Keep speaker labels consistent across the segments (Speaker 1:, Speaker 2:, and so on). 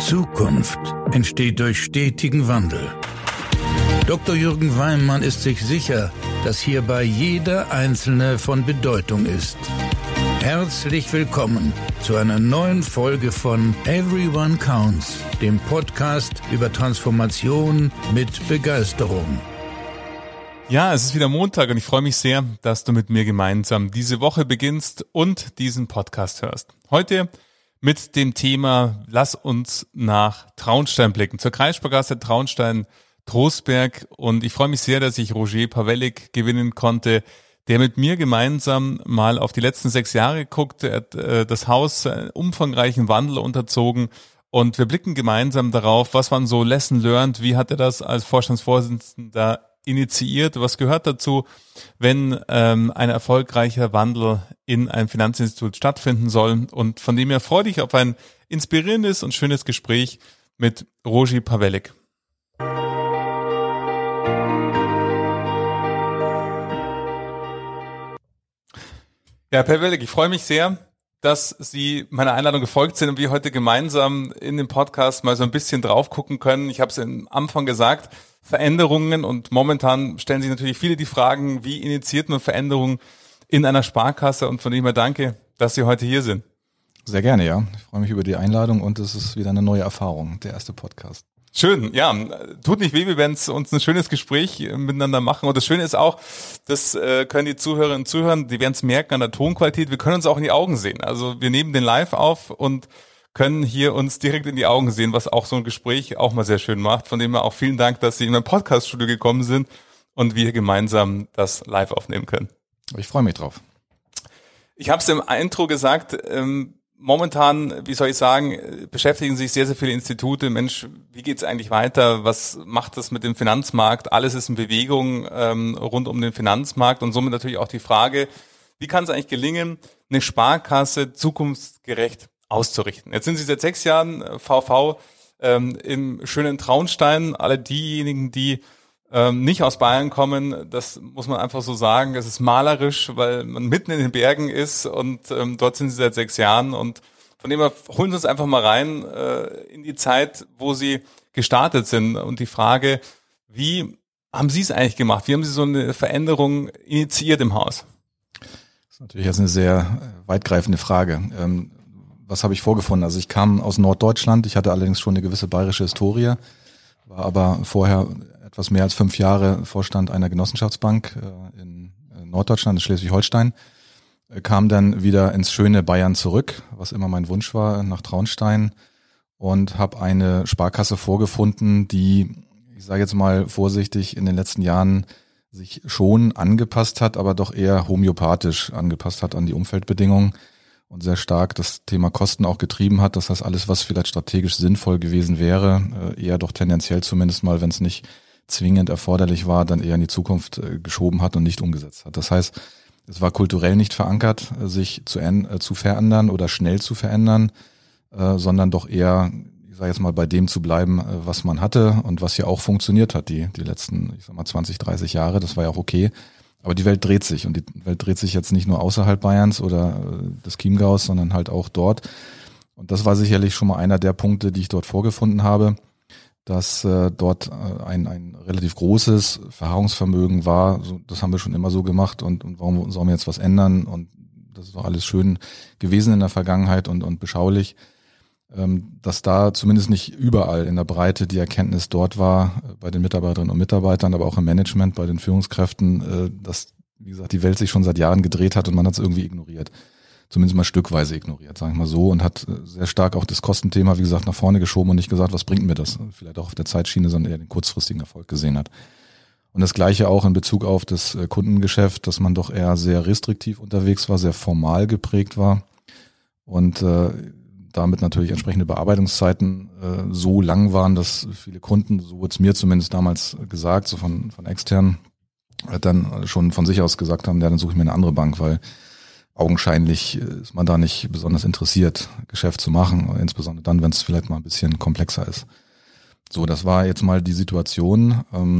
Speaker 1: Zukunft entsteht durch stetigen Wandel. Dr. Jürgen Weimann ist sich sicher, dass hierbei jeder Einzelne von Bedeutung ist. Herzlich willkommen zu einer neuen Folge von Everyone Counts, dem Podcast über Transformation mit Begeisterung.
Speaker 2: Ja, es ist wieder Montag und ich freue mich sehr, dass du mit mir gemeinsam diese Woche beginnst und diesen Podcast hörst. Heute mit dem Thema Lass uns nach Traunstein blicken, zur Kreissparkasse Traunstein-Trostberg, und ich freue mich sehr, dass ich Roger Pawellik gewinnen konnte, der mit mir gemeinsam mal auf die letzten 6 Jahre guckt. Er hat das Haus einen umfangreichen Wandel unterzogen und wir blicken gemeinsam darauf, was waren so Lesson learned, wie hat er das als Vorstandsvorsitzender initiiert, was gehört dazu, wenn ein erfolgreicher Wandel in einem Finanzinstitut stattfinden soll, und von dem her freue dich auf ein inspirierendes und schönes Gespräch mit Roger Pawellik. Ja, Pawellik, ich freue mich sehr, dass Sie meiner Einladung gefolgt sind und wir heute gemeinsam in dem Podcast mal so ein bisschen drauf gucken können. Ich habe es am Anfang gesagt, Veränderungen, und momentan stellen sich natürlich viele die Fragen, wie initiiert man Veränderungen in einer Sparkasse, und von dem her danke, dass Sie heute hier sind.
Speaker 3: Sehr gerne, ja. Ich freue mich über die Einladung und es ist wieder eine neue Erfahrung, der erste Podcast.
Speaker 2: Schön, ja, tut nicht weh, wir werden uns ein schönes Gespräch miteinander machen, und das Schöne ist auch, das können die Zuhörerinnen und Zuhörer, die werden es merken an der Tonqualität, wir können uns auch in die Augen sehen, also wir nehmen den live auf und können hier uns direkt in die Augen sehen, was auch so ein Gespräch auch mal sehr schön macht, von dem her auch vielen Dank, dass Sie in mein Podcaststudio gekommen sind und wir gemeinsam das live aufnehmen können.
Speaker 3: Ich freue mich drauf.
Speaker 2: Ich habe es im Intro gesagt, momentan, wie soll ich sagen, beschäftigen sich sehr, sehr viele Institute. Mensch, wie geht's eigentlich weiter? Was macht das mit dem Finanzmarkt? Alles ist in Bewegung rund um den Finanzmarkt, und somit natürlich auch die Frage, wie kann es eigentlich gelingen, eine Sparkasse zukunftsgerecht auszurichten? Jetzt sind Sie seit 6 Jahren VV im schönen Traunstein. Alle diejenigen, die nicht aus Bayern kommen, das muss man einfach so sagen, es ist malerisch, weil man mitten in den Bergen ist, und dort sind Sie seit 6 Jahren, und von dem her holen Sie uns einfach mal rein in die Zeit, wo Sie gestartet sind, und die Frage, wie haben Sie es eigentlich gemacht? Wie haben Sie so eine Veränderung initiiert im Haus?
Speaker 3: Das ist natürlich jetzt eine sehr weitgreifende Frage. Was habe ich vorgefunden? Also ich kam aus Norddeutschland, ich hatte allerdings schon eine gewisse bayerische Historie, war aber vorher etwas mehr als 5 Jahre Vorstand einer Genossenschaftsbank in Norddeutschland, in Schleswig-Holstein, kam dann wieder ins schöne Bayern zurück, was immer mein Wunsch war, nach Traunstein, und habe eine Sparkasse vorgefunden, die, ich sage jetzt mal vorsichtig, in den letzten Jahren sich schon angepasst hat, aber doch eher homöopathisch angepasst hat an die Umfeldbedingungen und sehr stark das Thema Kosten auch getrieben hat. Das heißt, alles, was vielleicht strategisch sinnvoll gewesen wäre, eher doch tendenziell zumindest mal, wenn es nicht zwingend erforderlich war, dann eher in die Zukunft geschoben hat und nicht umgesetzt hat. Das heißt, es war kulturell nicht verankert, sich zu verändern oder schnell zu verändern, sondern doch eher, ich sage jetzt mal, bei dem zu bleiben, was man hatte und was ja auch funktioniert hat, die letzten, ich sag mal, 20, 30 Jahre. Das war ja auch okay. Aber die Welt dreht sich, und die Welt dreht sich jetzt nicht nur außerhalb Bayerns oder des Chiemgaus, sondern halt auch dort. Und das war sicherlich schon mal einer der Punkte, die ich dort vorgefunden habe, dass dort ein relativ großes Verharrungsvermögen war. Das haben wir schon immer so gemacht, und warum sollen wir jetzt was ändern? Und das ist doch alles schön gewesen in der Vergangenheit und beschaulich. Dass da zumindest nicht überall in der Breite die Erkenntnis dort war, bei den Mitarbeiterinnen und Mitarbeitern, aber auch im Management, bei den Führungskräften, dass, wie gesagt, die Welt sich schon seit Jahren gedreht hat und man hat es irgendwie ignoriert. Zumindest mal stückweise ignoriert, sage ich mal so, und hat sehr stark auch das Kostenthema, wie gesagt, nach vorne geschoben und nicht gesagt, was bringt mir das? Vielleicht auch auf der Zeitschiene, sondern eher den kurzfristigen Erfolg gesehen hat. Und das Gleiche auch in Bezug auf das Kundengeschäft, dass man doch eher sehr restriktiv unterwegs war, sehr formal geprägt war und damit natürlich entsprechende Bearbeitungszeiten so lang waren, dass viele Kunden, so wurde es mir zumindest damals gesagt, so von externen, dann schon von sich aus gesagt haben, ja, dann suche ich mir eine andere Bank, weil augenscheinlich ist man da nicht besonders interessiert, Geschäft zu machen, insbesondere dann, wenn es vielleicht mal ein bisschen komplexer ist. So, das war jetzt mal die Situation,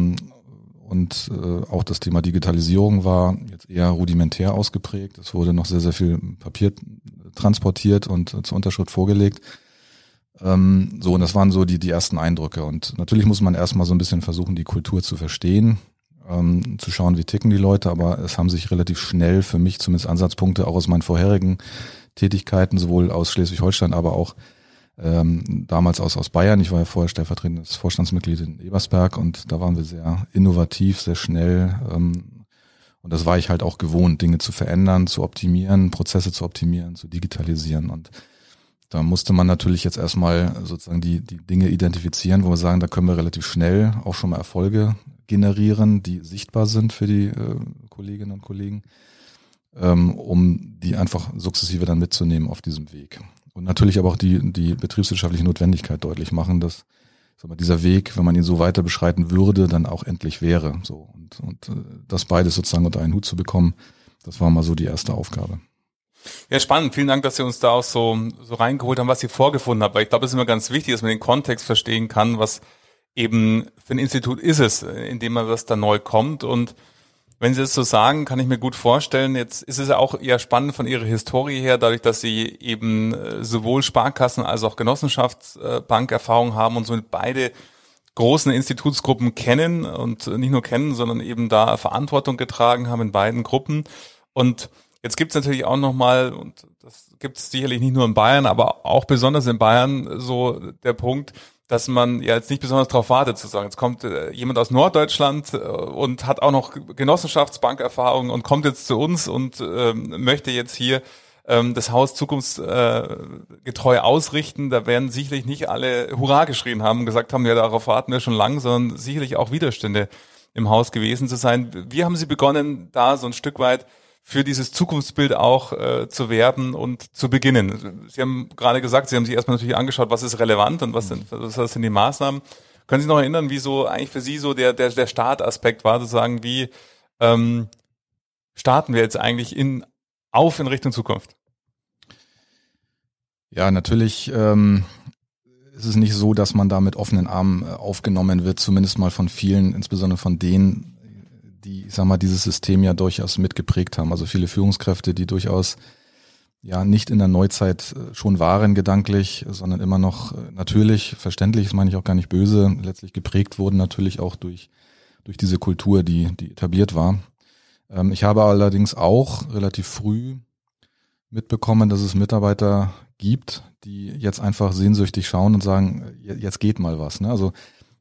Speaker 3: und auch das Thema Digitalisierung war jetzt eher rudimentär ausgeprägt. Es wurde noch sehr, sehr viel Papier transportiert und zur Unterschrift vorgelegt. Und das waren so die ersten Eindrücke. Und natürlich muss man erstmal so ein bisschen versuchen, die Kultur zu verstehen, zu schauen, wie ticken die Leute, aber es haben sich relativ schnell für mich zumindest Ansatzpunkte auch aus meinen vorherigen Tätigkeiten, sowohl aus Schleswig-Holstein, aber auch damals aus Bayern. Ich war ja vorher stellvertretendes Vorstandsmitglied in Ebersberg und da waren wir sehr innovativ, sehr schnell. Und das war ich halt auch gewohnt, Dinge zu verändern, zu optimieren, Prozesse zu optimieren, zu digitalisieren. Und da musste man natürlich jetzt erstmal sozusagen die Dinge identifizieren, wo wir sagen, da können wir relativ schnell auch schon mal Erfolge generieren, die sichtbar sind für die Kolleginnen und Kollegen, um die einfach sukzessive dann mitzunehmen auf diesem Weg. Und natürlich aber auch die betriebswirtschaftliche Notwendigkeit deutlich machen, dass dieser Weg, wenn man ihn so weiter beschreiten würde, dann auch endlich wäre. So und das beides sozusagen unter einen Hut zu bekommen, das war mal so die erste Aufgabe.
Speaker 2: Ja, spannend. Vielen Dank, dass Sie uns da auch so reingeholt haben, was Sie vorgefunden haben. Weil ich glaube, es ist immer ganz wichtig, dass man den Kontext verstehen kann, was eben für ein Institut ist es, in dem man das da neu kommt. Und wenn Sie das so sagen, kann ich mir gut vorstellen, jetzt ist es ja auch eher spannend von Ihrer Historie her, dadurch, dass Sie eben sowohl Sparkassen als auch Genossenschaftsbankerfahrung haben und somit beide großen Institutsgruppen kennen und nicht nur kennen, sondern eben da Verantwortung getragen haben in beiden Gruppen. Und jetzt gibt's natürlich auch nochmal, und das gibt's sicherlich nicht nur in Bayern, aber auch besonders in Bayern so der Punkt, dass man ja jetzt nicht besonders darauf wartet zu sagen, jetzt kommt jemand aus Norddeutschland und hat auch noch Genossenschaftsbankerfahrung und kommt jetzt zu uns und möchte jetzt hier das Haus zukunftsgetreu ausrichten. Da werden sicherlich nicht alle Hurra geschrien haben und gesagt haben, ja, darauf warten wir schon lang, sondern sicherlich auch Widerstände im Haus gewesen zu sein. Wie haben Sie begonnen, da so ein Stück weit für dieses Zukunftsbild auch zu werben und zu beginnen? Sie haben gerade gesagt, Sie haben sich erstmal natürlich angeschaut, was ist relevant und was sind die Maßnahmen. Können Sie sich noch erinnern, wie so eigentlich für Sie so der Startaspekt war, sozusagen, wie starten wir jetzt eigentlich in Richtung Zukunft?
Speaker 3: Ja, natürlich ist es nicht so, dass man da mit offenen Armen aufgenommen wird, zumindest mal von vielen, insbesondere von denen, die, ich sag mal, dieses System ja durchaus mitgeprägt haben. Also viele Führungskräfte, die durchaus ja nicht in der Neuzeit schon waren gedanklich, sondern immer noch natürlich, verständlich, das meine ich auch gar nicht böse, letztlich geprägt wurden natürlich auch durch diese Kultur, die etabliert war. Ich habe allerdings auch relativ früh mitbekommen, dass es Mitarbeiter gibt, die jetzt einfach sehnsüchtig schauen und sagen, jetzt geht mal was. Ne? Also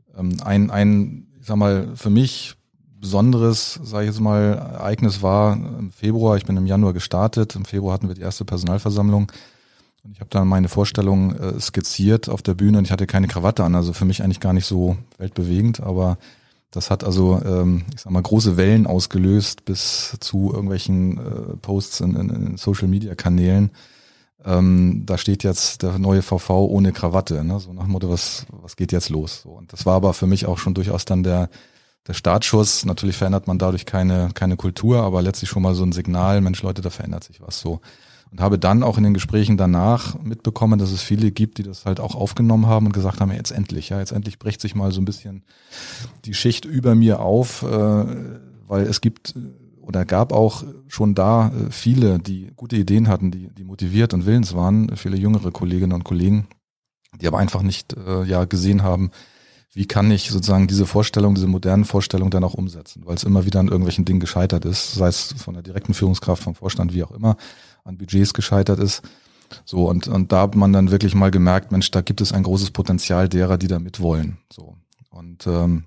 Speaker 3: ich sag mal, für mich besonderes, sage ich jetzt mal, Ereignis war im Februar. Ich bin im Januar gestartet. Im Februar hatten wir die erste Personalversammlung und ich habe dann meine Vorstellung skizziert auf der Bühne und ich hatte keine Krawatte an. Also für mich eigentlich gar nicht so weltbewegend, aber das hat also, ich sag mal, große Wellen ausgelöst bis zu irgendwelchen Posts in Social-Media-Kanälen. Da steht jetzt der neue VV ohne Krawatte, ne? So nach dem Motto, was geht jetzt los? So, und das war aber für mich auch schon durchaus dann der Startschuss. Natürlich verändert man dadurch keine Kultur, aber letztlich schon mal so ein Signal, Mensch Leute, da verändert sich was so. Und habe dann auch in den Gesprächen danach mitbekommen, dass es viele gibt, die das halt auch aufgenommen haben und gesagt haben, ja, jetzt endlich bricht sich mal so ein bisschen die Schicht über mir auf, weil es gab auch schon da viele, die gute Ideen hatten, die motiviert und willens waren, viele jüngere Kolleginnen und Kollegen, die aber einfach nicht gesehen haben, wie kann ich sozusagen diese modernen Vorstellungen dann auch umsetzen, weil es immer wieder an irgendwelchen Dingen gescheitert ist, sei es von der direkten Führungskraft, vom Vorstand, wie auch immer, an Budgets gescheitert ist. So, und da hat man dann wirklich mal gemerkt, Mensch, da gibt es ein großes Potenzial derer, die da mitwollen. So. Und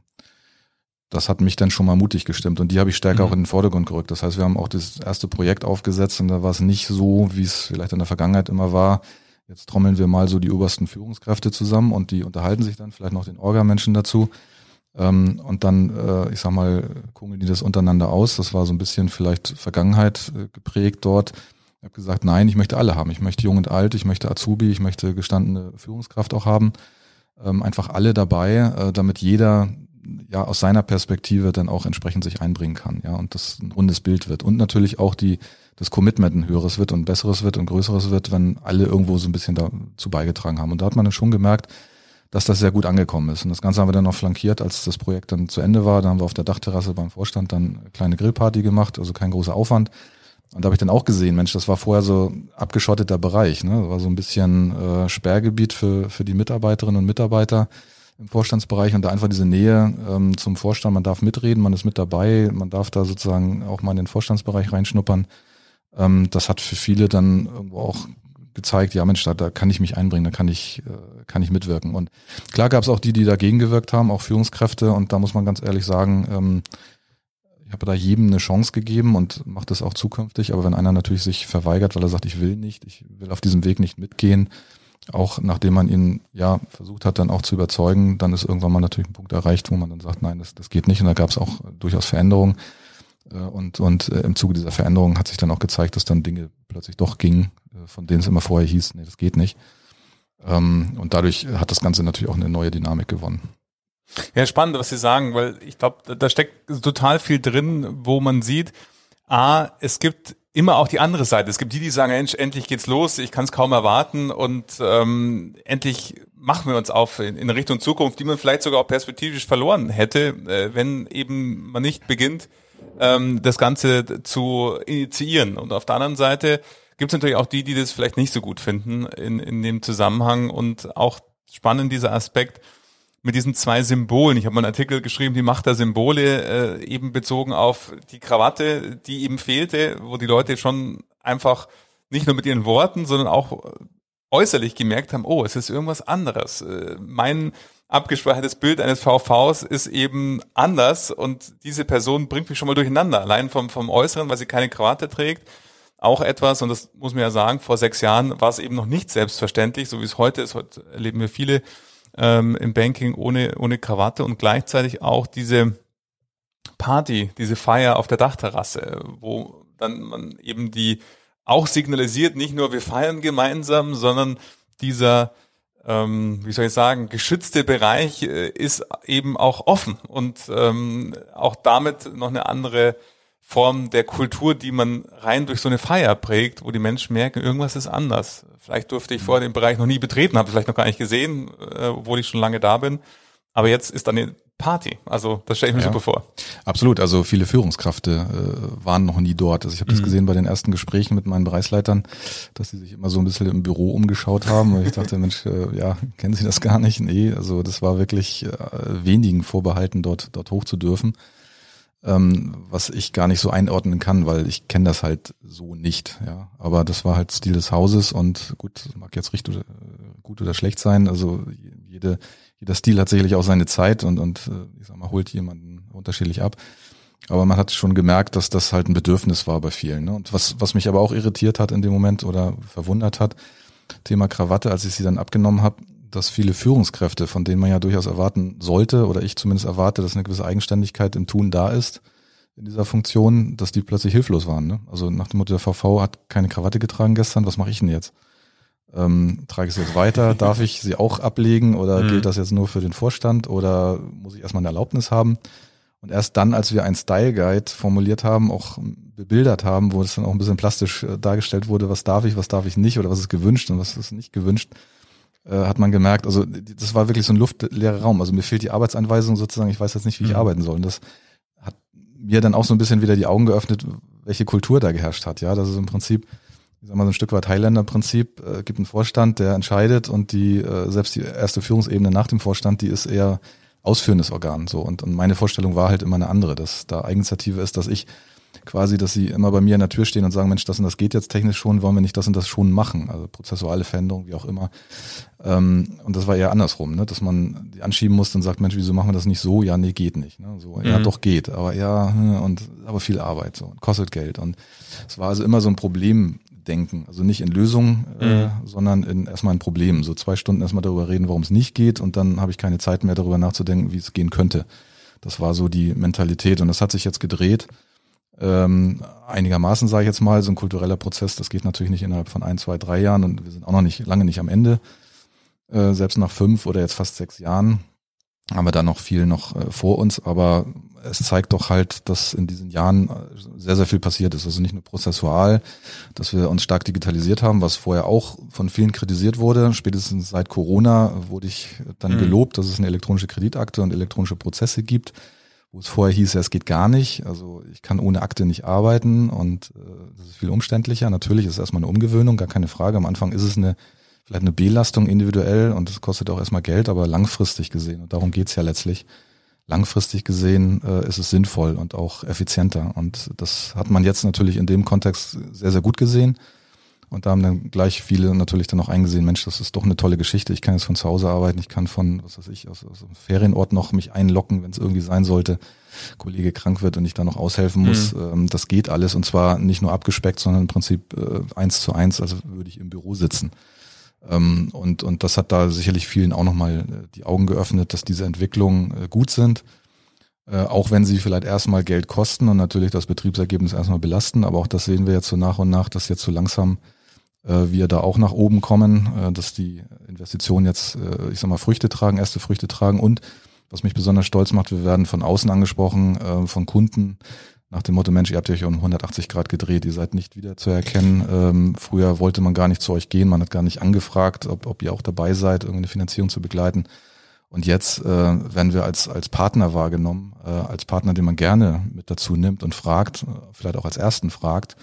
Speaker 3: das hat mich dann schon mal mutig gestimmt und die habe ich stärker auch in den Vordergrund gerückt. Das heißt, wir haben auch das erste Projekt aufgesetzt und da war es nicht so, wie es vielleicht in der Vergangenheit immer war. Jetzt trommeln wir mal so die obersten Führungskräfte zusammen und die unterhalten sich dann, vielleicht noch den Orga-Menschen dazu. Und dann, ich sag mal, kugeln die das untereinander aus. Das war so ein bisschen vielleicht Vergangenheit geprägt dort. Ich habe gesagt, nein, ich möchte alle haben. Ich möchte jung und alt, ich möchte Azubi, ich möchte gestandene Führungskraft auch haben. Einfach alle dabei, damit jeder ja aus seiner Perspektive dann auch entsprechend sich einbringen kann, ja, und das ein rundes Bild wird. Und natürlich auch das Commitment ein höheres wird und besseres wird und größeres wird, wenn alle irgendwo so ein bisschen dazu beigetragen haben. Und da hat man dann schon gemerkt, dass das sehr gut angekommen ist. Und das Ganze haben wir dann noch flankiert, als das Projekt dann zu Ende war. Da haben wir auf der Dachterrasse beim Vorstand dann eine kleine Grillparty gemacht, also kein großer Aufwand. Und da habe ich dann auch gesehen, Mensch, das war vorher so abgeschotteter Bereich, ne? Das war so ein bisschen Sperrgebiet für die Mitarbeiterinnen und Mitarbeiter im Vorstandsbereich und da einfach diese Nähe zum Vorstand, man darf mitreden, man ist mit dabei, man darf da sozusagen auch mal in den Vorstandsbereich reinschnuppern. Das hat für viele dann irgendwo auch gezeigt, ja Mensch, da kann ich mich einbringen, da kann ich mitwirken. Und klar gab es auch die dagegen gewirkt haben, auch Führungskräfte, und da muss man ganz ehrlich sagen, ich habe da jedem eine Chance gegeben und mache das auch zukünftig, aber wenn einer natürlich sich verweigert, weil er sagt, ich will auf diesem Weg nicht mitgehen, auch nachdem man ihn ja versucht hat, dann auch zu überzeugen, dann ist irgendwann mal natürlich ein Punkt erreicht, wo man dann sagt, nein, das geht nicht, und da gab es auch durchaus Veränderungen. Und im Zuge dieser Veränderung hat sich dann auch gezeigt, dass dann Dinge plötzlich doch gingen, von denen es immer vorher hieß, nee, das geht nicht. Und dadurch hat das Ganze natürlich auch eine neue Dynamik gewonnen.
Speaker 2: Ja, spannend, was Sie sagen, weil ich glaube, da steckt total viel drin, wo man sieht, es gibt immer auch die andere Seite. Es gibt die sagen, endlich geht's los, ich kann es kaum erwarten und endlich machen wir uns auf in Richtung Zukunft, die man vielleicht sogar auch perspektivisch verloren hätte, wenn eben man nicht beginnt, das Ganze zu initiieren. Und auf der anderen Seite gibt es natürlich auch die das vielleicht nicht so gut finden in dem Zusammenhang, und auch spannend dieser Aspekt mit diesen 2 Symbolen. Ich habe mal einen Artikel geschrieben, die Macht der Symbole, eben bezogen auf die Krawatte, die eben fehlte, wo die Leute schon einfach nicht nur mit ihren Worten, sondern auch äußerlich gemerkt haben, oh, es ist irgendwas anderes. Mein abgespeichertes Bild eines VVs ist eben anders, und diese Person bringt mich schon mal durcheinander. Allein vom Äußeren, weil sie keine Krawatte trägt. Auch etwas, und das muss man ja sagen, vor 6 Jahren war es eben noch nicht selbstverständlich, so wie es heute ist. Heute erleben wir viele im Banking ohne Krawatte, und gleichzeitig auch diese Party, diese Feier auf der Dachterrasse, wo dann man eben die auch signalisiert, nicht nur wir feiern gemeinsam, sondern dieser, geschützte Bereich ist eben auch offen und auch damit noch eine andere Form der Kultur, die man rein durch so eine Feier prägt, wo die Menschen merken, irgendwas ist anders. Vielleicht durfte ich vorher den Bereich noch nie betreten, habe vielleicht noch gar nicht gesehen, obwohl ich schon lange da bin. Aber jetzt ist dann eine Party. Also das stelle ich mir super vor.
Speaker 3: Absolut. Also viele Führungskräfte waren noch nie dort. Also ich habe das gesehen bei den ersten Gesprächen mit meinen Bereichsleitern, dass sie sich immer so ein bisschen im Büro umgeschaut haben. Und ich dachte, Mensch, kennen Sie das gar nicht? Nee, also das war wirklich wenigen vorbehalten, dort hoch zu dürfen. Was ich gar nicht so einordnen kann, weil ich kenne das halt so nicht, ja. Aber das war halt Stil des Hauses, und gut, mag jetzt gut oder schlecht sein. Also jeder Stil hat sicherlich auch seine Zeit und ich sag mal, holt jemanden unterschiedlich ab. Aber man hat schon gemerkt, dass das halt ein Bedürfnis war bei vielen, ne? Und was mich aber auch irritiert hat in dem Moment oder verwundert hat, Thema Krawatte, als ich sie dann abgenommen habe, dass viele Führungskräfte, von denen man ja durchaus erwarten sollte, oder ich zumindest erwarte, dass eine gewisse Eigenständigkeit im Tun da ist in dieser Funktion, dass die plötzlich hilflos waren, ne? Also nach dem Motto, der VV hat keine Krawatte getragen gestern, was mache ich denn jetzt? Trage ich sie jetzt weiter? Darf ich sie auch ablegen, oder gilt das jetzt nur für den Vorstand, oder muss ich erstmal eine Erlaubnis haben? Und erst dann, als wir einen Style Guide formuliert haben, auch bebildert haben, wo es dann auch ein bisschen plastisch dargestellt wurde, was darf ich nicht, oder was ist gewünscht und was ist nicht gewünscht, hat man gemerkt, also das war wirklich so ein luftleerer Raum. Also mir fehlt die Arbeitsanweisung sozusagen, ich weiß jetzt nicht, wie ich arbeiten soll. Und das hat mir dann auch so ein bisschen wieder die Augen geöffnet, welche Kultur da geherrscht hat. Ja, das ist im Prinzip, ich sag mal, so ein Stück weit Highlander-Prinzip, gibt einen Vorstand, der entscheidet, und selbst die erste Führungsebene nach dem Vorstand, die ist eher ausführendes Organ. So. Und meine Vorstellung war halt immer eine andere, dass da Eigeninitiative ist, dass sie immer bei mir in der Tür stehen und sagen, Mensch, das und das geht jetzt technisch schon, wollen wir nicht das und das schon machen? Also prozessuale Veränderung, wie auch immer. Und das war eher andersrum, ne? Dass man die anschieben musste und sagt, Mensch, wieso machen wir das nicht so? Ja, nee, geht nicht. Ne? So, ja, doch geht, aber aber viel Arbeit, so, und kostet Geld. Und es war also immer so ein Problemdenken, also nicht in Lösungen, sondern erstmal in Problemen. So 2 Stunden erstmal darüber reden, warum es nicht geht, und dann habe ich keine Zeit mehr darüber nachzudenken, wie es gehen könnte. Das war so die Mentalität, und das hat sich jetzt gedreht. Einigermaßen, sage ich jetzt mal, so ein kultureller Prozess, das geht natürlich nicht innerhalb von 1, 2, 3 Jahren, und wir sind auch noch lange nicht am Ende. Selbst nach 5 oder jetzt fast 6 Jahren haben wir da noch viel vor uns, aber es zeigt doch halt, dass in diesen Jahren sehr, sehr viel passiert ist. Also nicht nur prozessual, dass wir uns stark digitalisiert haben, was vorher auch von vielen kritisiert wurde. Spätestens seit Corona wurde ich dann gelobt, dass es eine elektronische Kreditakte und elektronische Prozesse gibt, wo es vorher hieß, es geht gar nicht. Also ich kann ohne Akte nicht arbeiten und das ist viel umständlicher. Natürlich ist es erstmal eine Umgewöhnung, gar keine Frage. Am Anfang ist es vielleicht eine Belastung individuell und es kostet auch erstmal Geld, aber langfristig gesehen, und darum geht's ja letztlich, langfristig gesehen ist es sinnvoll und auch effizienter. Und das hat man jetzt natürlich in dem Kontext sehr, sehr gut gesehen. Und da haben dann gleich viele natürlich dann auch eingesehen, Mensch, das ist doch eine tolle Geschichte. Ich kann jetzt von zu Hause arbeiten, ich kann von, was weiß ich, aus einem Ferienort noch mich einloggen, wenn es irgendwie sein sollte, Kollege krank wird und ich da noch aushelfen muss. Das geht alles und zwar nicht nur abgespeckt, sondern im Prinzip 1:1, also würde ich im Büro sitzen. Und das hat da sicherlich vielen auch nochmal die Augen geöffnet, dass diese Entwicklungen gut sind. Auch wenn sie vielleicht erstmal Geld kosten und natürlich das Betriebsergebnis erstmal belasten, aber auch das sehen wir jetzt so nach und nach, dass jetzt so langsam wir da auch nach oben kommen, dass die Investitionen jetzt, ich sag mal, erste Früchte tragen und was mich besonders stolz macht, wir werden von außen angesprochen, von Kunden nach dem Motto, Mensch, ihr habt euch um 180 Grad gedreht, ihr seid nicht wieder zu erkennen. Früher wollte man gar nicht zu euch gehen, man hat gar nicht angefragt, ob ihr auch dabei seid, irgendeine Finanzierung zu begleiten. Und jetzt werden wir als Partner wahrgenommen, als Partner, den man gerne mit dazu nimmt und fragt, vielleicht auch als ersten fragt,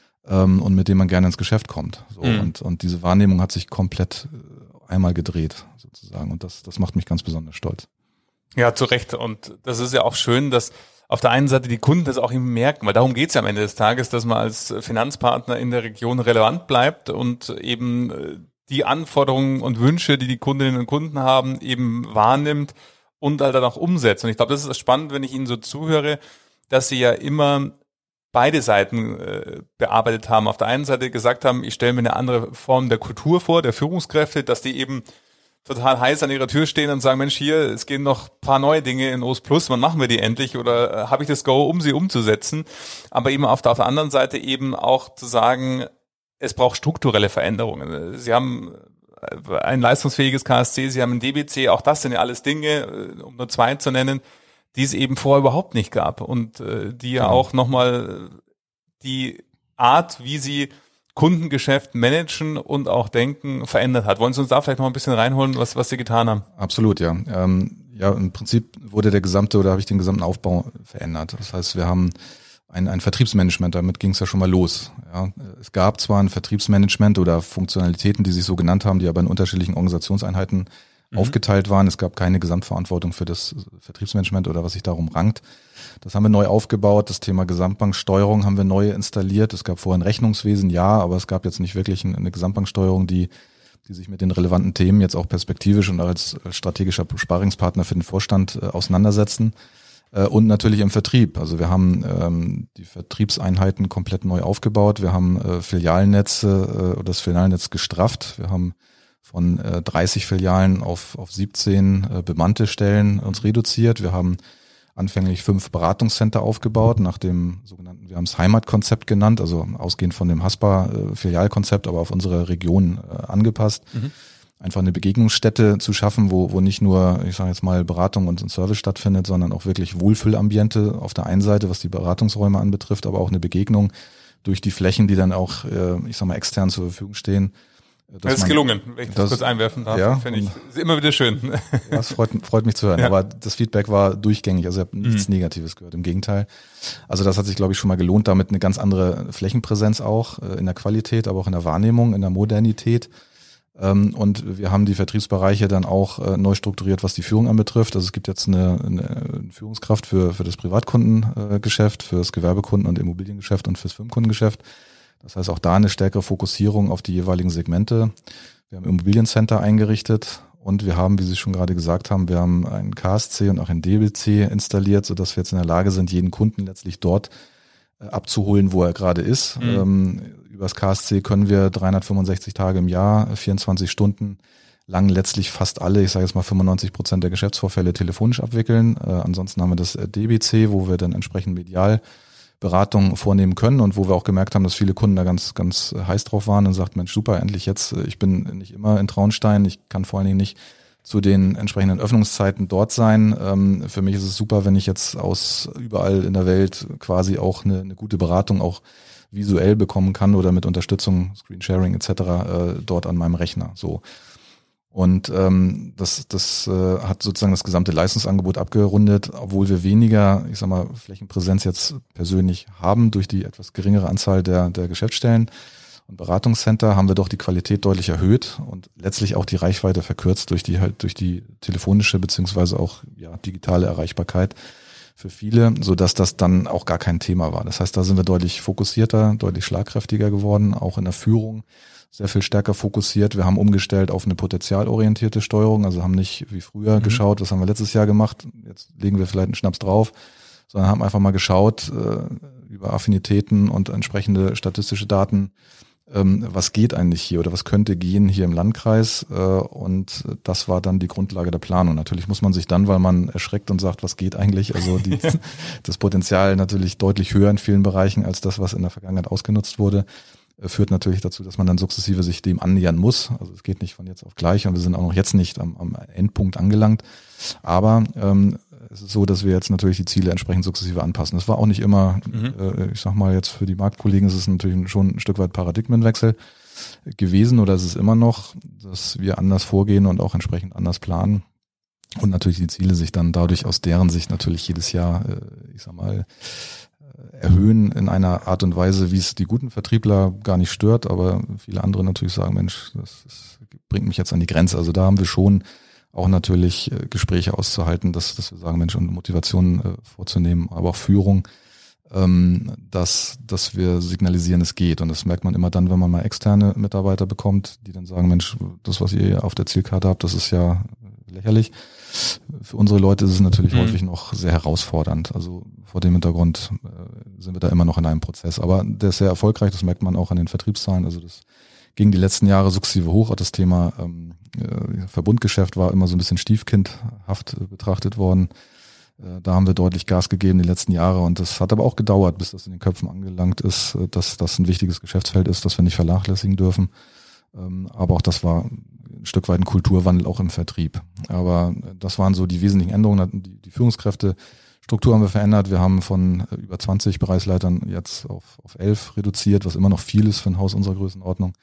Speaker 3: und mit dem man gerne ins Geschäft kommt. So, und diese Wahrnehmung hat sich komplett einmal gedreht, sozusagen. Und das macht mich ganz besonders stolz.
Speaker 2: Ja, zu Recht. Und das ist ja auch schön, dass auf der einen Seite die Kunden das auch eben merken, weil darum geht's ja am Ende des Tages, dass man als Finanzpartner in der Region relevant bleibt und eben die Anforderungen und Wünsche, die die Kundinnen und Kunden haben, eben wahrnimmt und halt dann auch umsetzt. Und ich glaube, das ist spannend, wenn ich Ihnen so zuhöre, dass Sie ja immer beide Seiten bearbeitet haben. Auf der einen Seite gesagt haben, ich stelle mir eine andere Form der Kultur vor, der Führungskräfte, dass die eben total heiß an ihrer Tür stehen und sagen, Mensch, hier, es gehen noch ein paar neue Dinge in OS Plus, wann machen wir die endlich oder habe ich das Go, um sie umzusetzen? Aber eben auf der anderen Seite eben auch zu sagen, es braucht strukturelle Veränderungen. Sie haben ein leistungsfähiges KSC, Sie haben ein DBC, auch das sind ja alles Dinge, um nur zwei zu nennen, die es eben vorher überhaupt nicht gab und die ja auch nochmal die Art, wie sie Kundengeschäft managen und auch denken, verändert hat. Wollen Sie uns da vielleicht noch ein bisschen reinholen, was Sie getan haben?
Speaker 3: Absolut, ja. Ja, im Prinzip wurde der gesamte oder habe ich den gesamten Aufbau verändert. Das heißt, wir haben ein Vertriebsmanagement, damit ging es ja schon mal los. Ja, es gab zwar ein Vertriebsmanagement oder Funktionalitäten, die sich so genannt haben, die aber in unterschiedlichen Organisationseinheiten aufgeteilt waren. Es gab keine Gesamtverantwortung für das Vertriebsmanagement oder was sich darum rankt. Das haben wir neu aufgebaut. Das Thema Gesamtbanksteuerung haben wir neu installiert. Es gab vorher ein Rechnungswesen, ja, aber es gab jetzt nicht wirklich eine Gesamtbanksteuerung, die sich mit den relevanten Themen jetzt auch perspektivisch und als strategischer Sparringspartner für den Vorstand auseinandersetzen. Und natürlich im Vertrieb. Also wir haben die Vertriebseinheiten komplett neu aufgebaut. Wir haben das Filialnetz gestrafft. Wir haben von 30 Filialen auf 17 bemannte Stellen uns reduziert. Wir haben anfänglich 5 Beratungscenter aufgebaut, nach dem sogenannten, wir haben es Heimatkonzept genannt, also ausgehend von dem Haspa-Filialkonzept, aber auf unsere Region angepasst. Einfach eine Begegnungsstätte zu schaffen, wo nicht nur, ich sage jetzt mal, Beratung und Service stattfindet, sondern auch wirklich Wohlfühlambiente auf der einen Seite, was die Beratungsräume anbetrifft, aber auch eine Begegnung durch die Flächen, die dann auch, ich sag mal, extern zur Verfügung stehen.
Speaker 2: Das ist gelungen, wenn ich das kurz einwerfen darf,
Speaker 3: ja,
Speaker 2: finde ich ist immer wieder schön.
Speaker 3: Ja, das freut mich zu hören, aber das Feedback war durchgängig, also ich habe nichts Negatives gehört, im Gegenteil. Also das hat sich, glaube ich, schon mal gelohnt, damit eine ganz andere Flächenpräsenz auch in der Qualität, aber auch in der Wahrnehmung, in der Modernität. Und wir haben die Vertriebsbereiche dann auch neu strukturiert, was die Führung anbetrifft. Also es gibt jetzt eine Führungskraft für das Privatkundengeschäft, für das Gewerbekunden- und Immobiliengeschäft und fürs Firmenkundengeschäft. Das heißt auch da eine stärkere Fokussierung auf die jeweiligen Segmente. Wir haben Immobiliencenter eingerichtet und wir haben, wie Sie schon gerade gesagt haben, wir haben ein KSC und auch ein DBC installiert, sodass wir jetzt in der Lage sind, jeden Kunden letztlich dort abzuholen, wo er gerade ist. Über das KSC können wir 365 Tage im Jahr, 24 Stunden lang letztlich fast alle, ich sage jetzt mal 95% der Geschäftsvorfälle telefonisch abwickeln. Ansonsten haben wir das DBC, wo wir dann entsprechend medial Beratung vornehmen können und wo wir auch gemerkt haben, dass viele Kunden da ganz, ganz heiß drauf waren und sagt, Mensch, super, endlich jetzt, ich bin nicht immer in Traunstein, ich kann vor allen Dingen nicht zu den entsprechenden Öffnungszeiten dort sein. Für mich ist es super, wenn ich jetzt aus überall in der Welt quasi auch eine gute Beratung auch visuell bekommen kann oder mit Unterstützung, Screensharing etc. Dort an meinem Rechner. So. Und das hat sozusagen das gesamte Leistungsangebot abgerundet, obwohl wir weniger, ich sag mal, Flächenpräsenz jetzt persönlich haben durch die etwas geringere Anzahl der Geschäftsstellen und Beratungscenter, haben wir doch die Qualität deutlich erhöht und letztlich auch die Reichweite verkürzt durch die telefonische beziehungsweise auch digitale Erreichbarkeit für viele, so dass das dann auch gar kein Thema war. Das heißt, da sind wir deutlich fokussierter, deutlich schlagkräftiger geworden, auch in der Führung sehr viel stärker fokussiert. Wir haben umgestellt auf eine potenzialorientierte Steuerung, also haben nicht wie früher geschaut, was haben wir letztes Jahr gemacht, jetzt legen wir vielleicht einen Schnaps drauf, sondern haben einfach mal geschaut über Affinitäten und entsprechende statistische Daten, was geht eigentlich hier oder was könnte gehen hier im Landkreis, und das war dann die Grundlage der Planung. Natürlich muss man sich dann, weil man erschreckt und sagt, was geht eigentlich, also das Potenzial natürlich deutlich höher in vielen Bereichen als das, was in der Vergangenheit ausgenutzt wurde, führt natürlich dazu, dass man dann sukzessive sich dem annähern muss. Also es geht nicht von jetzt auf gleich und wir sind auch noch jetzt nicht am Endpunkt angelangt. Aber es ist so, dass wir jetzt natürlich die Ziele entsprechend sukzessive anpassen. Das war auch nicht immer, ich sag mal jetzt für die Marktkollegen ist es natürlich schon ein Stück weit Paradigmenwechsel gewesen oder ist es immer noch, dass wir anders vorgehen und auch entsprechend anders planen. Und natürlich die Ziele sich dann dadurch aus deren Sicht natürlich jedes Jahr, ich sag mal, erhöhen in einer Art und Weise, wie es die guten Vertriebler gar nicht stört, aber viele andere natürlich sagen, Mensch, das bringt mich jetzt an die Grenze. Also da haben wir schon auch natürlich Gespräche auszuhalten, dass wir sagen, Mensch, und Motivation vorzunehmen, aber auch Führung, dass wir signalisieren, es geht. Und das merkt man immer dann, wenn man mal externe Mitarbeiter bekommt, die dann sagen, Mensch, das, was ihr auf der Zielkarte habt, das ist ja lächerlich. Für unsere Leute ist es natürlich häufig noch sehr herausfordernd. Also vor dem Hintergrund sind wir da immer noch in einem Prozess. Aber der ist sehr erfolgreich, das merkt man auch an den Vertriebszahlen. Also das ging die letzten Jahre sukzessive hoch. Auch das Thema Verbundgeschäft war immer so ein bisschen stiefkindhaft betrachtet worden. Da haben wir deutlich Gas gegeben die letzten Jahre und das hat aber auch gedauert, bis das in den Köpfen angelangt ist, dass das ein wichtiges Geschäftsfeld ist, das wir nicht vernachlässigen dürfen. Aber auch das war ein Stück weit ein Kulturwandel auch im Vertrieb. Aber das waren so die wesentlichen Änderungen. Die Führungskräftestruktur haben wir verändert. Wir haben von über 20 Bereichsleitern jetzt auf 11 reduziert, was immer noch viel ist für ein Haus unserer Größenordnung.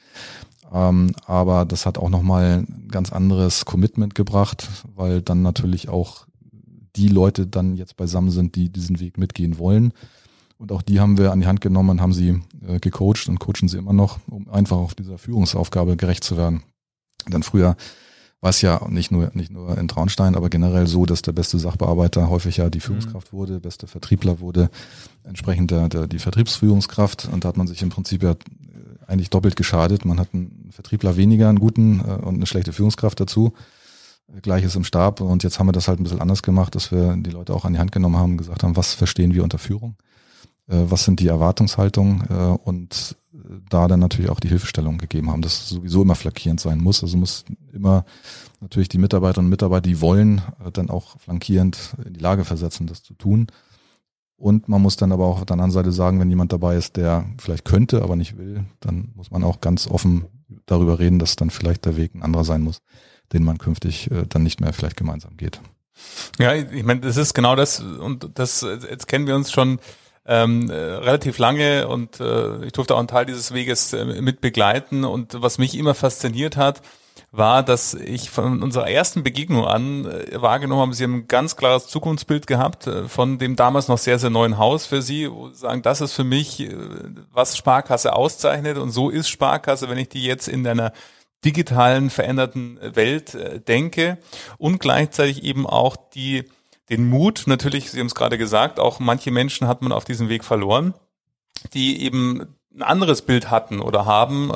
Speaker 3: Aber das hat auch nochmal ein ganz anderes Commitment gebracht, weil dann natürlich auch die Leute dann jetzt beisammen sind, die diesen Weg mitgehen wollen. Und auch die haben wir an die Hand genommen und haben sie gecoacht und coachen sie immer noch, um einfach auf dieser Führungsaufgabe gerecht zu werden. Denn früher war es ja nicht nur in Traunstein, aber generell so, dass der beste Sachbearbeiter häufig ja die Führungskraft wurde, beste Vertriebler wurde, entsprechend die Vertriebsführungskraft. Und da hat man sich im Prinzip ja eigentlich doppelt geschadet. Man hat einen Vertriebler weniger, einen guten und eine schlechte Führungskraft dazu. Gleiches im Stab. Und jetzt haben wir das halt ein bisschen anders gemacht, dass wir die Leute auch an die Hand genommen haben, gesagt haben, was verstehen wir unter Führung? Was sind die Erwartungshaltungen? Und da dann natürlich auch die Hilfestellung gegeben haben, dass sowieso immer flankierend sein muss. Also muss immer natürlich die Mitarbeiterinnen und Mitarbeiter, die wollen, dann auch flankierend in die Lage versetzen, das zu tun. Und man muss dann aber auch auf der anderen Seite sagen, wenn jemand dabei ist, der vielleicht könnte, aber nicht will, dann muss man auch ganz offen darüber reden, dass dann vielleicht der Weg ein anderer sein muss, den man künftig dann nicht mehr vielleicht gemeinsam geht.
Speaker 2: Ja, ich meine, das ist genau das, und das, jetzt kennen wir uns schon relativ lange und ich durfte auch einen Teil dieses Weges mit begleiten, und was mich immer fasziniert hat, war, dass ich von unserer ersten Begegnung an wahrgenommen habe, Sie haben ein ganz klares Zukunftsbild gehabt von dem damals noch sehr, sehr neuen Haus für Sie, wo Sie sagen, das ist für mich, was Sparkasse auszeichnet, und so ist Sparkasse, wenn ich die jetzt in einer digitalen, veränderten Welt denke, und gleichzeitig eben auch den Mut, natürlich, Sie haben es gerade gesagt, auch manche Menschen hat man auf diesem Weg verloren, die eben ein anderes Bild hatten oder haben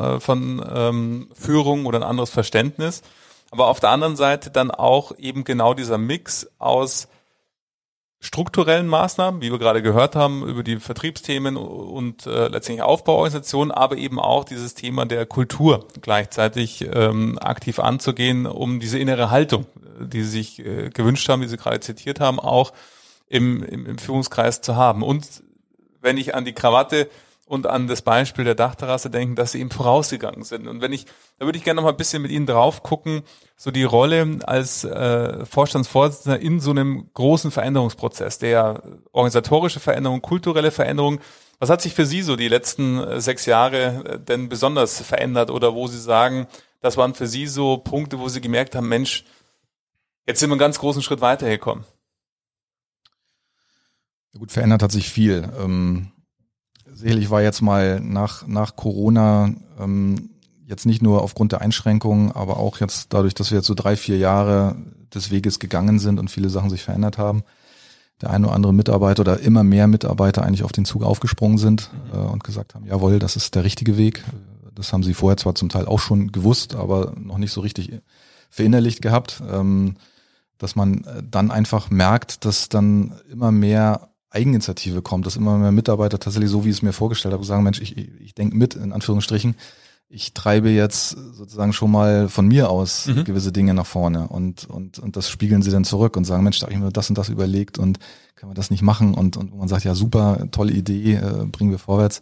Speaker 2: von Führung oder ein anderes Verständnis. Aber auf der anderen Seite dann auch eben genau dieser Mix aus strukturellen Maßnahmen, wie wir gerade gehört haben, über die Vertriebsthemen und letztendlich Aufbauorganisationen, aber eben auch dieses Thema der Kultur gleichzeitig aktiv anzugehen, um diese innere Haltung, die Sie sich gewünscht haben, die Sie gerade zitiert haben, auch im Führungskreis zu haben. Und wenn ich an die Krawatte und an das Beispiel der Dachterrasse denken, dass sie eben vorausgegangen sind. Und da würde ich gerne noch mal ein bisschen mit Ihnen drauf gucken, so die Rolle als Vorstandsvorsitzender in so einem großen Veränderungsprozess, der organisatorische Veränderung, kulturelle Veränderung. Was hat sich für Sie so die letzten 6 Jahre denn besonders verändert, oder wo Sie sagen, das waren für Sie so Punkte, wo Sie gemerkt haben, Mensch, jetzt sind wir einen ganz großen Schritt weitergekommen?
Speaker 3: Ja, gut, verändert hat sich viel. Sicherlich war jetzt mal nach Corona jetzt nicht nur aufgrund der Einschränkungen, aber auch jetzt dadurch, dass wir jetzt so 3-4 Jahre des Weges gegangen sind und viele Sachen sich verändert haben, der ein oder andere Mitarbeiter oder immer mehr Mitarbeiter eigentlich auf den Zug aufgesprungen sind und gesagt haben, jawohl, das ist der richtige Weg. Das haben sie vorher zwar zum Teil auch schon gewusst, aber noch nicht so richtig verinnerlicht gehabt, dass man dann einfach merkt, dass dann immer mehr Eigeninitiative kommt, dass immer mehr Mitarbeiter tatsächlich so, wie ich es mir vorgestellt habe, sagen, Mensch, ich denke mit, in Anführungsstrichen, ich treibe jetzt sozusagen schon mal von mir aus gewisse Dinge nach vorne und das spiegeln sie dann zurück und sagen, Mensch, da habe ich mir das und das überlegt und können wir das nicht machen und wo man sagt, ja super, tolle Idee, bringen wir vorwärts.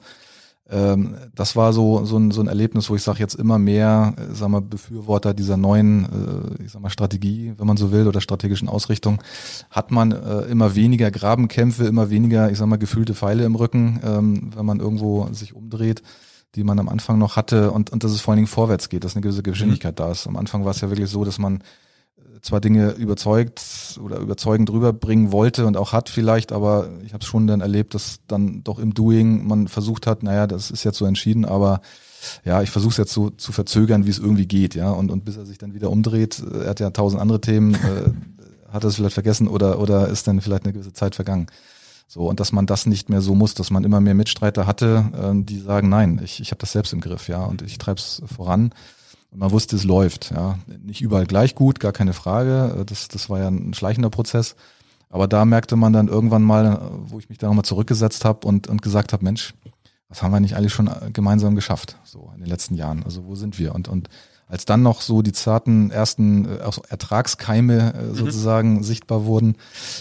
Speaker 3: Das war so ein Erlebnis, wo ich sage, jetzt immer mehr, Befürworter dieser neuen, Strategie, wenn man so will, oder strategischen Ausrichtung, hat man immer weniger Grabenkämpfe, immer weniger, gefühlte Pfeile im Rücken, wenn man irgendwo sich umdreht, die man am Anfang noch hatte und dass es vor allen Dingen vorwärts geht, dass eine gewisse Geschwindigkeit da ist. Am Anfang war es ja wirklich so, dass man zwar Dinge überzeugend rüberbringen wollte und auch hat vielleicht, aber ich habe es schon dann erlebt, dass dann doch im Doing man versucht hat, naja, das ist jetzt so entschieden, aber ja, ich versuche es jetzt so zu verzögern, wie es irgendwie geht, ja, und bis er sich dann wieder umdreht, er hat ja 1000 andere Themen, hat er es vielleicht vergessen oder ist dann vielleicht eine gewisse Zeit vergangen. So, und dass man das nicht mehr so muss, dass man immer mehr Mitstreiter hatte, die sagen, nein, ich habe das selbst im Griff, ja, und ich treibe es voran. Und man wusste, es läuft, ja. Nicht überall gleich gut, gar keine Frage. Das war ja ein schleichender Prozess. Aber da merkte man dann irgendwann mal, wo ich mich da nochmal zurückgesetzt habe und gesagt habe, Mensch, was haben wir nicht eigentlich schon gemeinsam geschafft, so in den letzten Jahren? Also wo sind wir? Und als dann noch so die zarten ersten Ertragskeime sozusagen sichtbar wurden,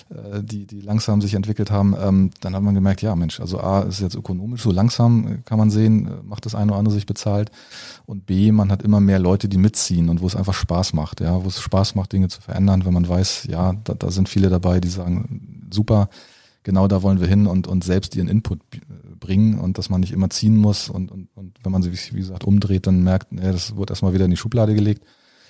Speaker 3: die langsam sich entwickelt haben, dann hat man gemerkt, ja Mensch, also A, ist jetzt ökonomisch, so langsam kann man sehen, macht das eine oder andere sich bezahlt, und B, man hat immer mehr Leute, die mitziehen und wo es einfach Spaß macht, ja, wo es Spaß macht, Dinge zu verändern, wenn man weiß, ja, da sind viele dabei, die sagen, super, genau da wollen wir hin und selbst ihren Input bringen und dass man nicht immer ziehen muss und wenn man sich, wie gesagt, umdreht, dann merkt, nee, das wird erstmal wieder in die Schublade gelegt,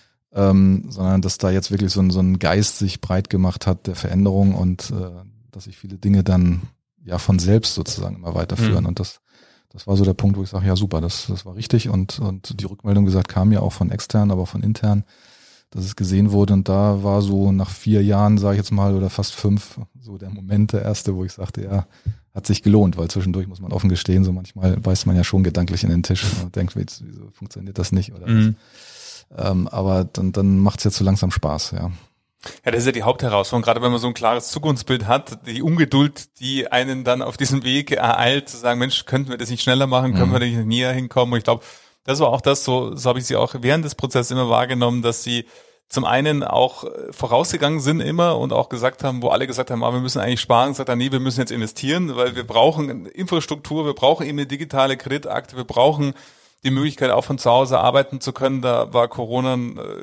Speaker 3: sondern dass da jetzt wirklich so ein Geist sich breit gemacht hat der Veränderung und dass sich viele Dinge dann ja von selbst sozusagen immer weiterführen und das war so der Punkt, wo ich sage, ja super, das war richtig und die Rückmeldung, gesagt, kam ja auch von extern, aber auch von intern, dass es gesehen wurde und da war so nach 4 Jahren, sage ich jetzt mal, oder fast 5, so der Moment, der erste, wo ich sagte, ja, hat sich gelohnt, weil zwischendurch muss man offen gestehen, so manchmal beißt man ja schon gedanklich in den Tisch und denkt, wieso funktioniert das nicht oder was. Aber dann macht es jetzt so langsam Spaß, ja.
Speaker 2: Ja, das ist ja die Hauptherausforderung, gerade wenn man so ein klares Zukunftsbild hat, die Ungeduld, die einen dann auf diesem Weg ereilt, zu sagen, Mensch, könnten wir das nicht schneller machen, können wir nicht näher hinkommen? Und ich glaube, das war auch das, so habe ich sie auch während des Prozesses immer wahrgenommen, dass sie zum einen auch vorausgegangen sind immer und auch gesagt haben, wo alle gesagt haben, wir müssen eigentlich sparen, gesagt haben, nee, wir müssen jetzt investieren, weil wir brauchen Infrastruktur, wir brauchen eben eine digitale Kreditakte, wir brauchen die Möglichkeit auch von zu Hause arbeiten zu können. Da war Corona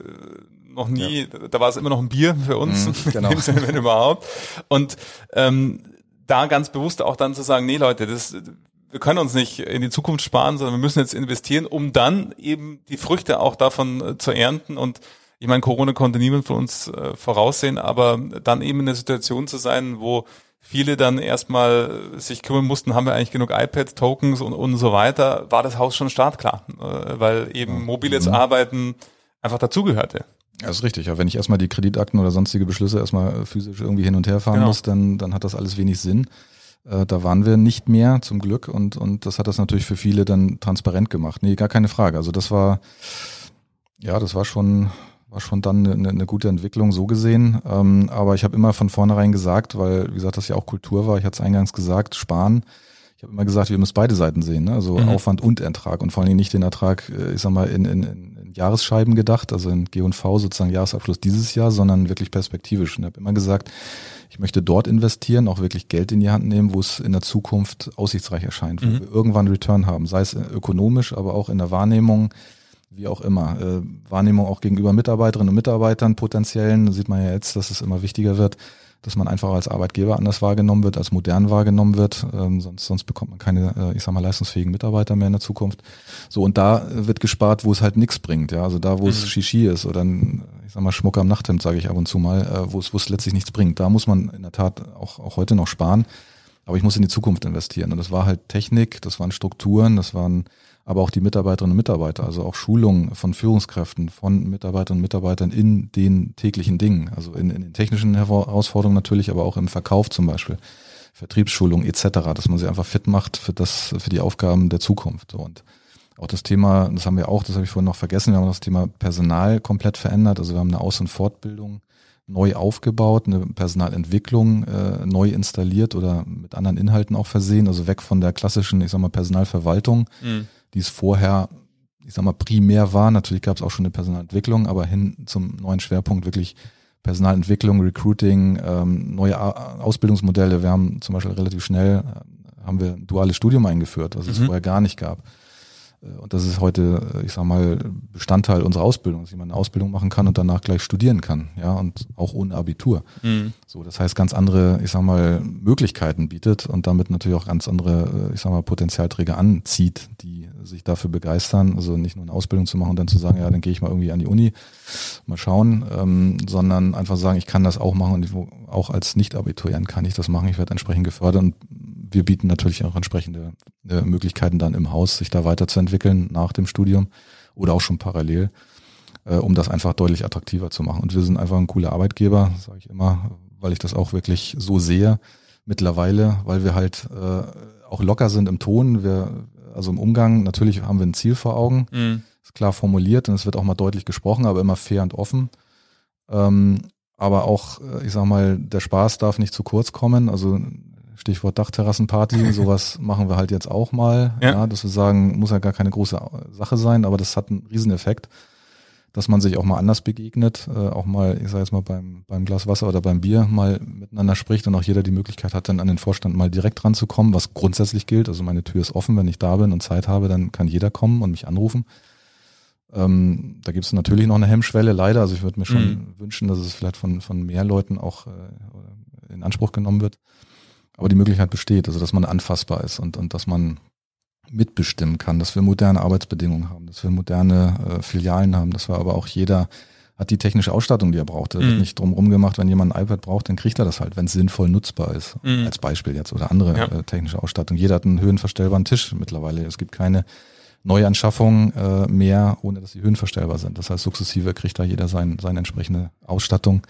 Speaker 2: noch nie, da war es immer noch ein Bier für uns,
Speaker 3: genau.
Speaker 2: wenn überhaupt. Und da ganz bewusst auch dann zu sagen, nee Leute, wir können uns nicht in die Zukunft sparen, sondern wir müssen jetzt investieren, um dann eben die Früchte auch davon zu ernten. Und ich meine, Corona konnte niemand von uns voraussehen, aber dann eben in der Situation zu sein, wo viele dann erstmal sich kümmern mussten, haben wir eigentlich genug iPads, Tokens und so weiter, war das Haus schon startklar, weil eben mobiles Arbeiten einfach dazugehörte.
Speaker 3: Das ist richtig. Ja, wenn ich erstmal die Kreditakten oder sonstige Beschlüsse erstmal physisch irgendwie hin und her fahren muss, dann hat das alles wenig Sinn. Da waren wir nicht mehr, zum Glück, und das hat das natürlich für viele dann transparent gemacht. Nee, gar keine Frage. Also das war schon dann eine gute Entwicklung, so gesehen. Aber ich habe immer von vornherein gesagt, weil, wie gesagt, das ja auch Kultur war, ich hatte es eingangs gesagt, sparen. Ich habe immer gesagt, wir müssen beide Seiten sehen, ne? Also Aufwand und Ertrag und vor allen Dingen nicht den Ertrag, ich sag mal, in Jahresscheiben gedacht, also in G&V sozusagen Jahresabschluss dieses Jahr, sondern wirklich perspektivisch. Und ich habe immer gesagt, ich möchte dort investieren, auch wirklich Geld in die Hand nehmen, wo es in der Zukunft aussichtsreich erscheint, wo wir irgendwann Return haben, sei es ökonomisch, aber auch in der Wahrnehmung, wie auch immer. Wahrnehmung auch gegenüber Mitarbeiterinnen und Mitarbeitern, potenziellen, sieht man ja jetzt, dass es immer wichtiger wird. dass man einfach als Arbeitgeber anders wahrgenommen wird, als modern wahrgenommen wird. Sonst bekommt man keine, leistungsfähigen Mitarbeiter mehr in der Zukunft. So, und da wird gespart, wo es halt nichts bringt. Ja, also da, wo es Shishi ist oder Schmuck am Nachthemd, sage ich ab und zu mal, wo es letztlich nichts bringt. Da muss man in der Tat auch heute noch sparen. Aber ich muss in die Zukunft investieren. Und das war halt Technik, das waren Strukturen, das waren aber auch die Mitarbeiterinnen und Mitarbeiter, also auch Schulungen von Führungskräften, von Mitarbeiterinnen und Mitarbeitern in den täglichen Dingen, also in den technischen Herausforderungen natürlich, aber auch im Verkauf zum Beispiel, Vertriebsschulung etc., dass man sie einfach fit macht für die Aufgaben der Zukunft. Und auch das Thema, das habe ich vorhin noch vergessen, wir haben das Thema Personal komplett verändert, also wir haben eine Aus- und Fortbildung neu aufgebaut, eine Personalentwicklung neu installiert oder mit anderen Inhalten auch versehen, also weg von der klassischen, Personalverwaltung, die es vorher, primär war. Natürlich gab es auch schon eine Personalentwicklung, aber hin zum neuen Schwerpunkt wirklich Personalentwicklung, Recruiting, neue Ausbildungsmodelle. Wir haben zum Beispiel relativ schnell haben wir ein duales Studium eingeführt, was es vorher gar nicht gab. Und das ist heute, Bestandteil unserer Ausbildung, dass jemand eine Ausbildung machen kann und danach gleich studieren kann, ja, und auch ohne Abitur. So, das heißt, ganz andere, Möglichkeiten bietet und damit natürlich auch ganz andere, Potenzialträger anzieht, die sich dafür begeistern, also nicht nur eine Ausbildung zu machen und dann zu sagen, ja, dann gehe ich mal irgendwie an die Uni, mal schauen, sondern einfach sagen, ich kann das auch machen und auch als Nicht-Abiturient kann ich das machen, ich werde entsprechend gefördert und wir bieten natürlich auch entsprechende Möglichkeiten dann im Haus, sich da weiterzuentwickeln nach dem Studium oder auch schon parallel, um das einfach deutlich attraktiver zu machen. Und wir sind einfach ein cooler Arbeitgeber, sage ich immer, weil ich das auch wirklich so sehe mittlerweile, weil wir halt auch locker sind im Ton, also im Umgang, natürlich haben wir ein Ziel vor Augen, ist klar formuliert und es wird auch mal deutlich gesprochen, aber immer fair und offen. Aber auch, der Spaß darf nicht zu kurz kommen, also Stichwort Dachterrassenparty, sowas machen wir halt jetzt auch mal, ja, dass wir sagen, muss ja gar keine große Sache sein, aber das hat einen Rieseneffekt, dass man sich auch mal anders begegnet, auch mal, beim Glas Wasser oder beim Bier mal miteinander spricht und auch jeder die Möglichkeit hat, dann an den Vorstand mal direkt ranzukommen, was grundsätzlich gilt, also meine Tür ist offen, wenn ich da bin und Zeit habe, dann kann jeder kommen und mich anrufen. Da gibt es natürlich noch eine Hemmschwelle, leider, also ich würde mir schon wünschen, dass es vielleicht von mehr Leuten auch in Anspruch genommen wird. Aber die Möglichkeit besteht, also dass man anfassbar ist und dass man mitbestimmen kann, dass wir moderne Arbeitsbedingungen haben, dass wir moderne Filialen haben, dass wir aber auch jeder hat die technische Ausstattung, die er braucht. Da wird nicht drum rumgemacht, wenn jemand ein iPad braucht, dann kriegt er das halt, wenn es sinnvoll nutzbar ist, als Beispiel jetzt oder andere technische Ausstattung. Jeder hat einen höhenverstellbaren Tisch mittlerweile. Es gibt keine Neuanschaffung mehr, ohne dass sie höhenverstellbar sind. Das heißt, sukzessive kriegt da jeder seine entsprechende Ausstattung.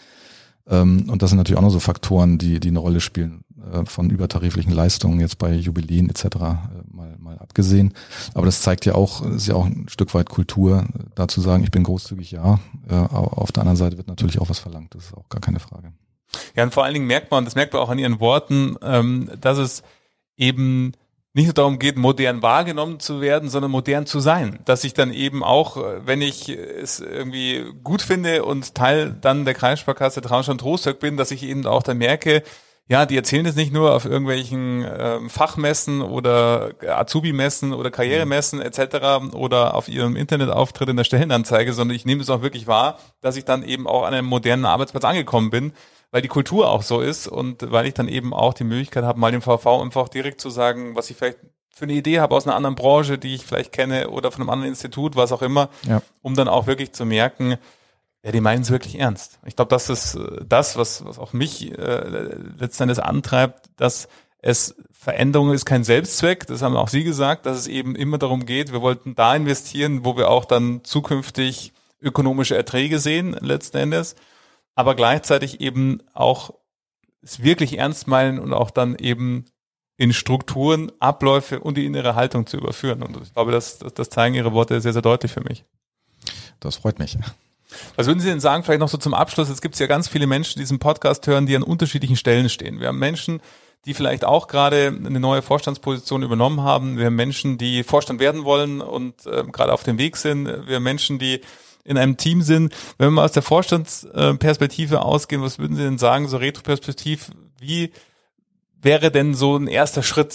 Speaker 3: Und das sind natürlich auch noch so Faktoren, die eine Rolle spielen, von übertariflichen Leistungen jetzt bei Jubiläen etc. Mal abgesehen. Aber das zeigt ja auch, ist ja auch ein Stück weit Kultur, da zu sagen, ich bin großzügig, ja. Auf der anderen Seite wird natürlich auch was verlangt, das ist auch gar keine Frage.
Speaker 2: Ja, und vor allen Dingen merkt man, das merkt man auch an Ihren Worten, dass es eben nicht nur darum geht, modern wahrgenommen zu werden, sondern modern zu sein. Dass ich dann eben auch, wenn ich es irgendwie gut finde und Teil dann der Kreissparkasse Traunstein-Trostorf bin, dass ich eben auch dann merke, ja, die erzählen das nicht nur auf irgendwelchen Fachmessen oder Azubi-Messen oder Karrieremessen etc. oder auf ihrem Internetauftritt in der Stellenanzeige, sondern ich nehme es auch wirklich wahr, dass ich dann eben auch an einem modernen Arbeitsplatz angekommen bin, weil die Kultur auch so ist und weil ich dann eben auch die Möglichkeit habe, mal dem VV einfach direkt zu sagen, was ich vielleicht für eine Idee habe aus einer anderen Branche, die ich vielleicht kenne oder von einem anderen Institut, was auch immer, um dann auch wirklich zu merken, ja, die meinen es wirklich ernst. Ich glaube, das ist das, was auch mich letzten Endes antreibt, dass Veränderung ist kein Selbstzweck, das haben auch Sie gesagt, dass es eben immer darum geht, wir wollten da investieren, wo wir auch dann zukünftig ökonomische Erträge sehen, letzten Endes, aber gleichzeitig eben auch es wirklich ernst meinen und auch dann eben in Strukturen, Abläufe und die innere Haltung zu überführen. Und ich glaube, das zeigen Ihre Worte sehr, sehr deutlich für mich.
Speaker 3: Das freut mich.
Speaker 2: Was würden Sie denn sagen, vielleicht noch so zum Abschluss, es gibt ja ganz viele Menschen, die diesen Podcast hören, die an unterschiedlichen Stellen stehen. Wir haben Menschen, die vielleicht auch gerade eine neue Vorstandsposition übernommen haben. Wir haben Menschen, die Vorstand werden wollen und gerade auf dem Weg sind. Wir haben Menschen, die in einem Team sind. Wenn wir mal aus der Vorstandsperspektive ausgehen, was würden Sie denn sagen, so retroperspektiv, wie wäre denn so ein erster Schritt,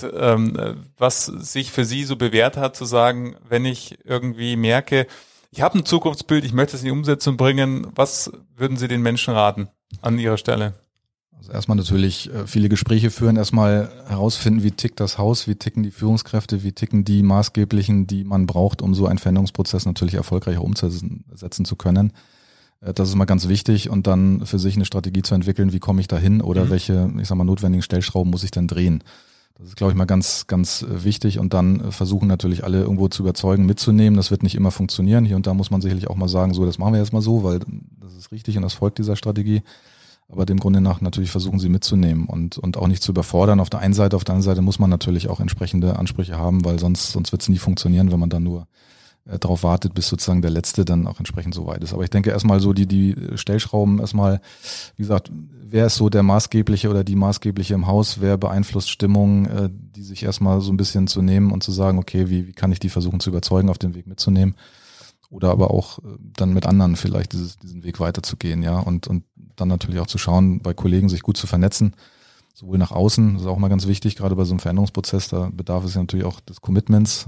Speaker 2: was sich für Sie so bewährt hat, zu sagen, wenn ich irgendwie merke, ich habe ein Zukunftsbild, ich möchte es in die Umsetzung bringen, was würden Sie den Menschen raten an Ihrer Stelle?
Speaker 3: Also erstmal natürlich viele Gespräche führen, erstmal herausfinden, wie tickt das Haus, wie ticken die Führungskräfte, wie ticken die Maßgeblichen, die man braucht, um so einen Veränderungsprozess natürlich erfolgreich umzusetzen zu können. Das ist mal ganz wichtig und dann für sich eine Strategie zu entwickeln, wie komme ich da hin oder welche, notwendigen Stellschrauben muss ich denn drehen. Das ist, glaube ich, mal ganz, ganz wichtig und dann versuchen natürlich alle irgendwo zu überzeugen, mitzunehmen. Das wird nicht immer funktionieren. Hier und da muss man sicherlich auch mal sagen, so, das machen wir jetzt mal so, weil das ist richtig und das folgt dieser Strategie. Aber dem Grunde nach natürlich versuchen sie mitzunehmen und auch nicht zu überfordern. Auf der einen Seite, auf der anderen Seite muss man natürlich auch entsprechende Ansprüche haben, weil sonst wird es nie funktionieren, wenn man dann nur darauf wartet, bis sozusagen der Letzte dann auch entsprechend so weit ist. Aber ich denke erstmal so die Stellschrauben erstmal, wie gesagt, wer ist so der Maßgebliche oder die Maßgebliche im Haus, wer beeinflusst Stimmung, die sich erstmal so ein bisschen zu nehmen und zu sagen, okay, wie kann ich die versuchen zu überzeugen, auf den Weg mitzunehmen oder aber auch dann mit anderen vielleicht diesen Weg weiterzugehen, ja, und dann natürlich auch zu schauen, bei Kollegen sich gut zu vernetzen, sowohl nach außen, das ist auch mal ganz wichtig, gerade bei so einem Veränderungsprozess, da bedarf es ja natürlich auch des Commitments,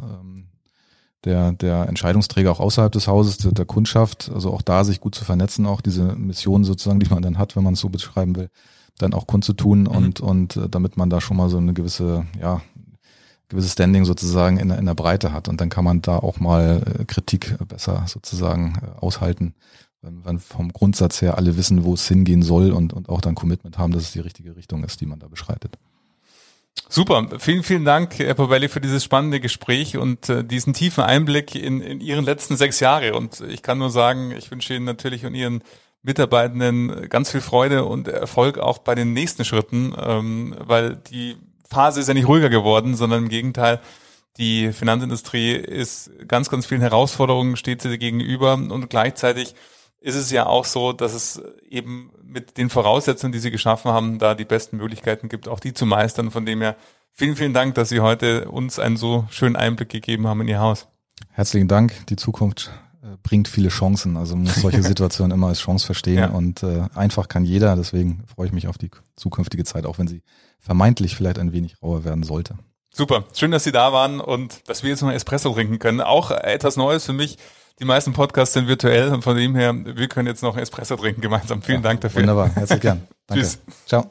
Speaker 3: der Entscheidungsträger auch außerhalb des Hauses, der Kundschaft, also auch da sich gut zu vernetzen, auch diese Mission sozusagen, die man dann hat, wenn man es so beschreiben will, dann auch kundzutun und damit man da schon mal so eine gewisse Standing sozusagen in der Breite hat und dann kann man da auch mal Kritik besser sozusagen aushalten, wenn vom Grundsatz her alle wissen, wo es hingehen soll und auch dann Commitment haben, dass es die richtige Richtung ist, die man da beschreitet.
Speaker 2: Super, vielen, vielen Dank, Herr Povelli, für dieses spannende Gespräch und diesen tiefen Einblick in Ihren letzten 6 Jahre. Und ich kann nur sagen, ich wünsche Ihnen natürlich und Ihren Mitarbeitenden ganz viel Freude und Erfolg auch bei den nächsten Schritten, weil die Phase ist ja nicht ruhiger geworden, sondern im Gegenteil, die Finanzindustrie ist ganz, ganz vielen Herausforderungen, steht sie gegenüber und gleichzeitig ist es ja auch so, dass es eben mit den Voraussetzungen, die Sie geschaffen haben, da die besten Möglichkeiten gibt, auch die zu meistern. Von dem her vielen, vielen Dank, dass Sie heute uns einen so schönen Einblick gegeben haben in Ihr Haus.
Speaker 3: Herzlichen Dank. Die Zukunft bringt viele Chancen. Also man muss solche Situationen immer als Chance verstehen und einfach kann jeder. Deswegen freue ich mich auf die zukünftige Zeit, auch wenn sie vermeintlich vielleicht ein wenig rauer werden sollte.
Speaker 2: Super. Schön, dass Sie da waren und dass wir jetzt mal Espresso trinken können. Auch etwas Neues für mich. Die meisten Podcasts sind virtuell und von dem her, wir können jetzt noch Espresso trinken gemeinsam. Vielen Dank dafür.
Speaker 3: Wunderbar, herzlich gern. Danke.
Speaker 2: Tschüss.
Speaker 3: Ciao.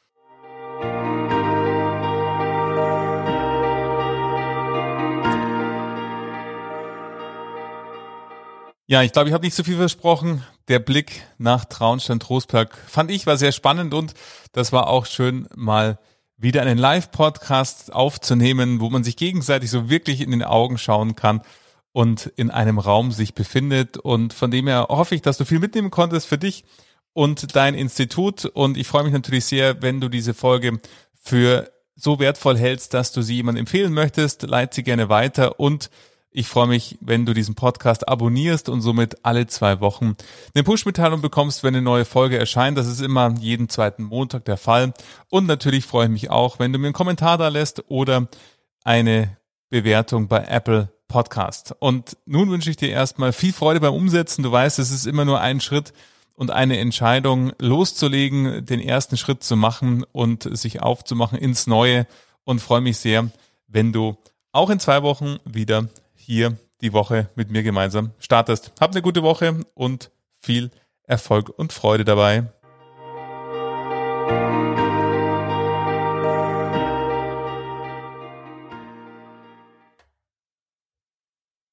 Speaker 2: Ja, ich glaube, ich habe nicht so viel versprochen. Der Blick nach Traunstein-Trostberg fand ich war sehr spannend und das war auch schön, mal wieder einen Live-Podcast aufzunehmen, wo man sich gegenseitig so wirklich in den Augen schauen kann und in einem Raum sich befindet. Und von dem her hoffe ich, dass du viel mitnehmen konntest für dich und dein Institut. Und ich freue mich natürlich sehr, wenn du diese Folge für so wertvoll hältst, dass du sie jemandem empfehlen möchtest. Leite sie gerne weiter und ich freue mich, wenn du diesen Podcast abonnierst und somit alle 2 Wochen eine Push-Mitteilung bekommst, wenn eine neue Folge erscheint. Das ist immer jeden 2. Montag der Fall. Und natürlich freue ich mich auch, wenn du mir einen Kommentar da lässt oder eine Bewertung bei Apple Podcast. Und nun wünsche ich dir erstmal viel Freude beim Umsetzen. Du weißt, es ist immer nur ein Schritt und eine Entscheidung, loszulegen, den ersten Schritt zu machen und sich aufzumachen ins Neue und freue mich sehr, wenn du auch in 2 Wochen wieder hier die Woche mit mir gemeinsam startest. Hab eine gute Woche und viel Erfolg und Freude dabei.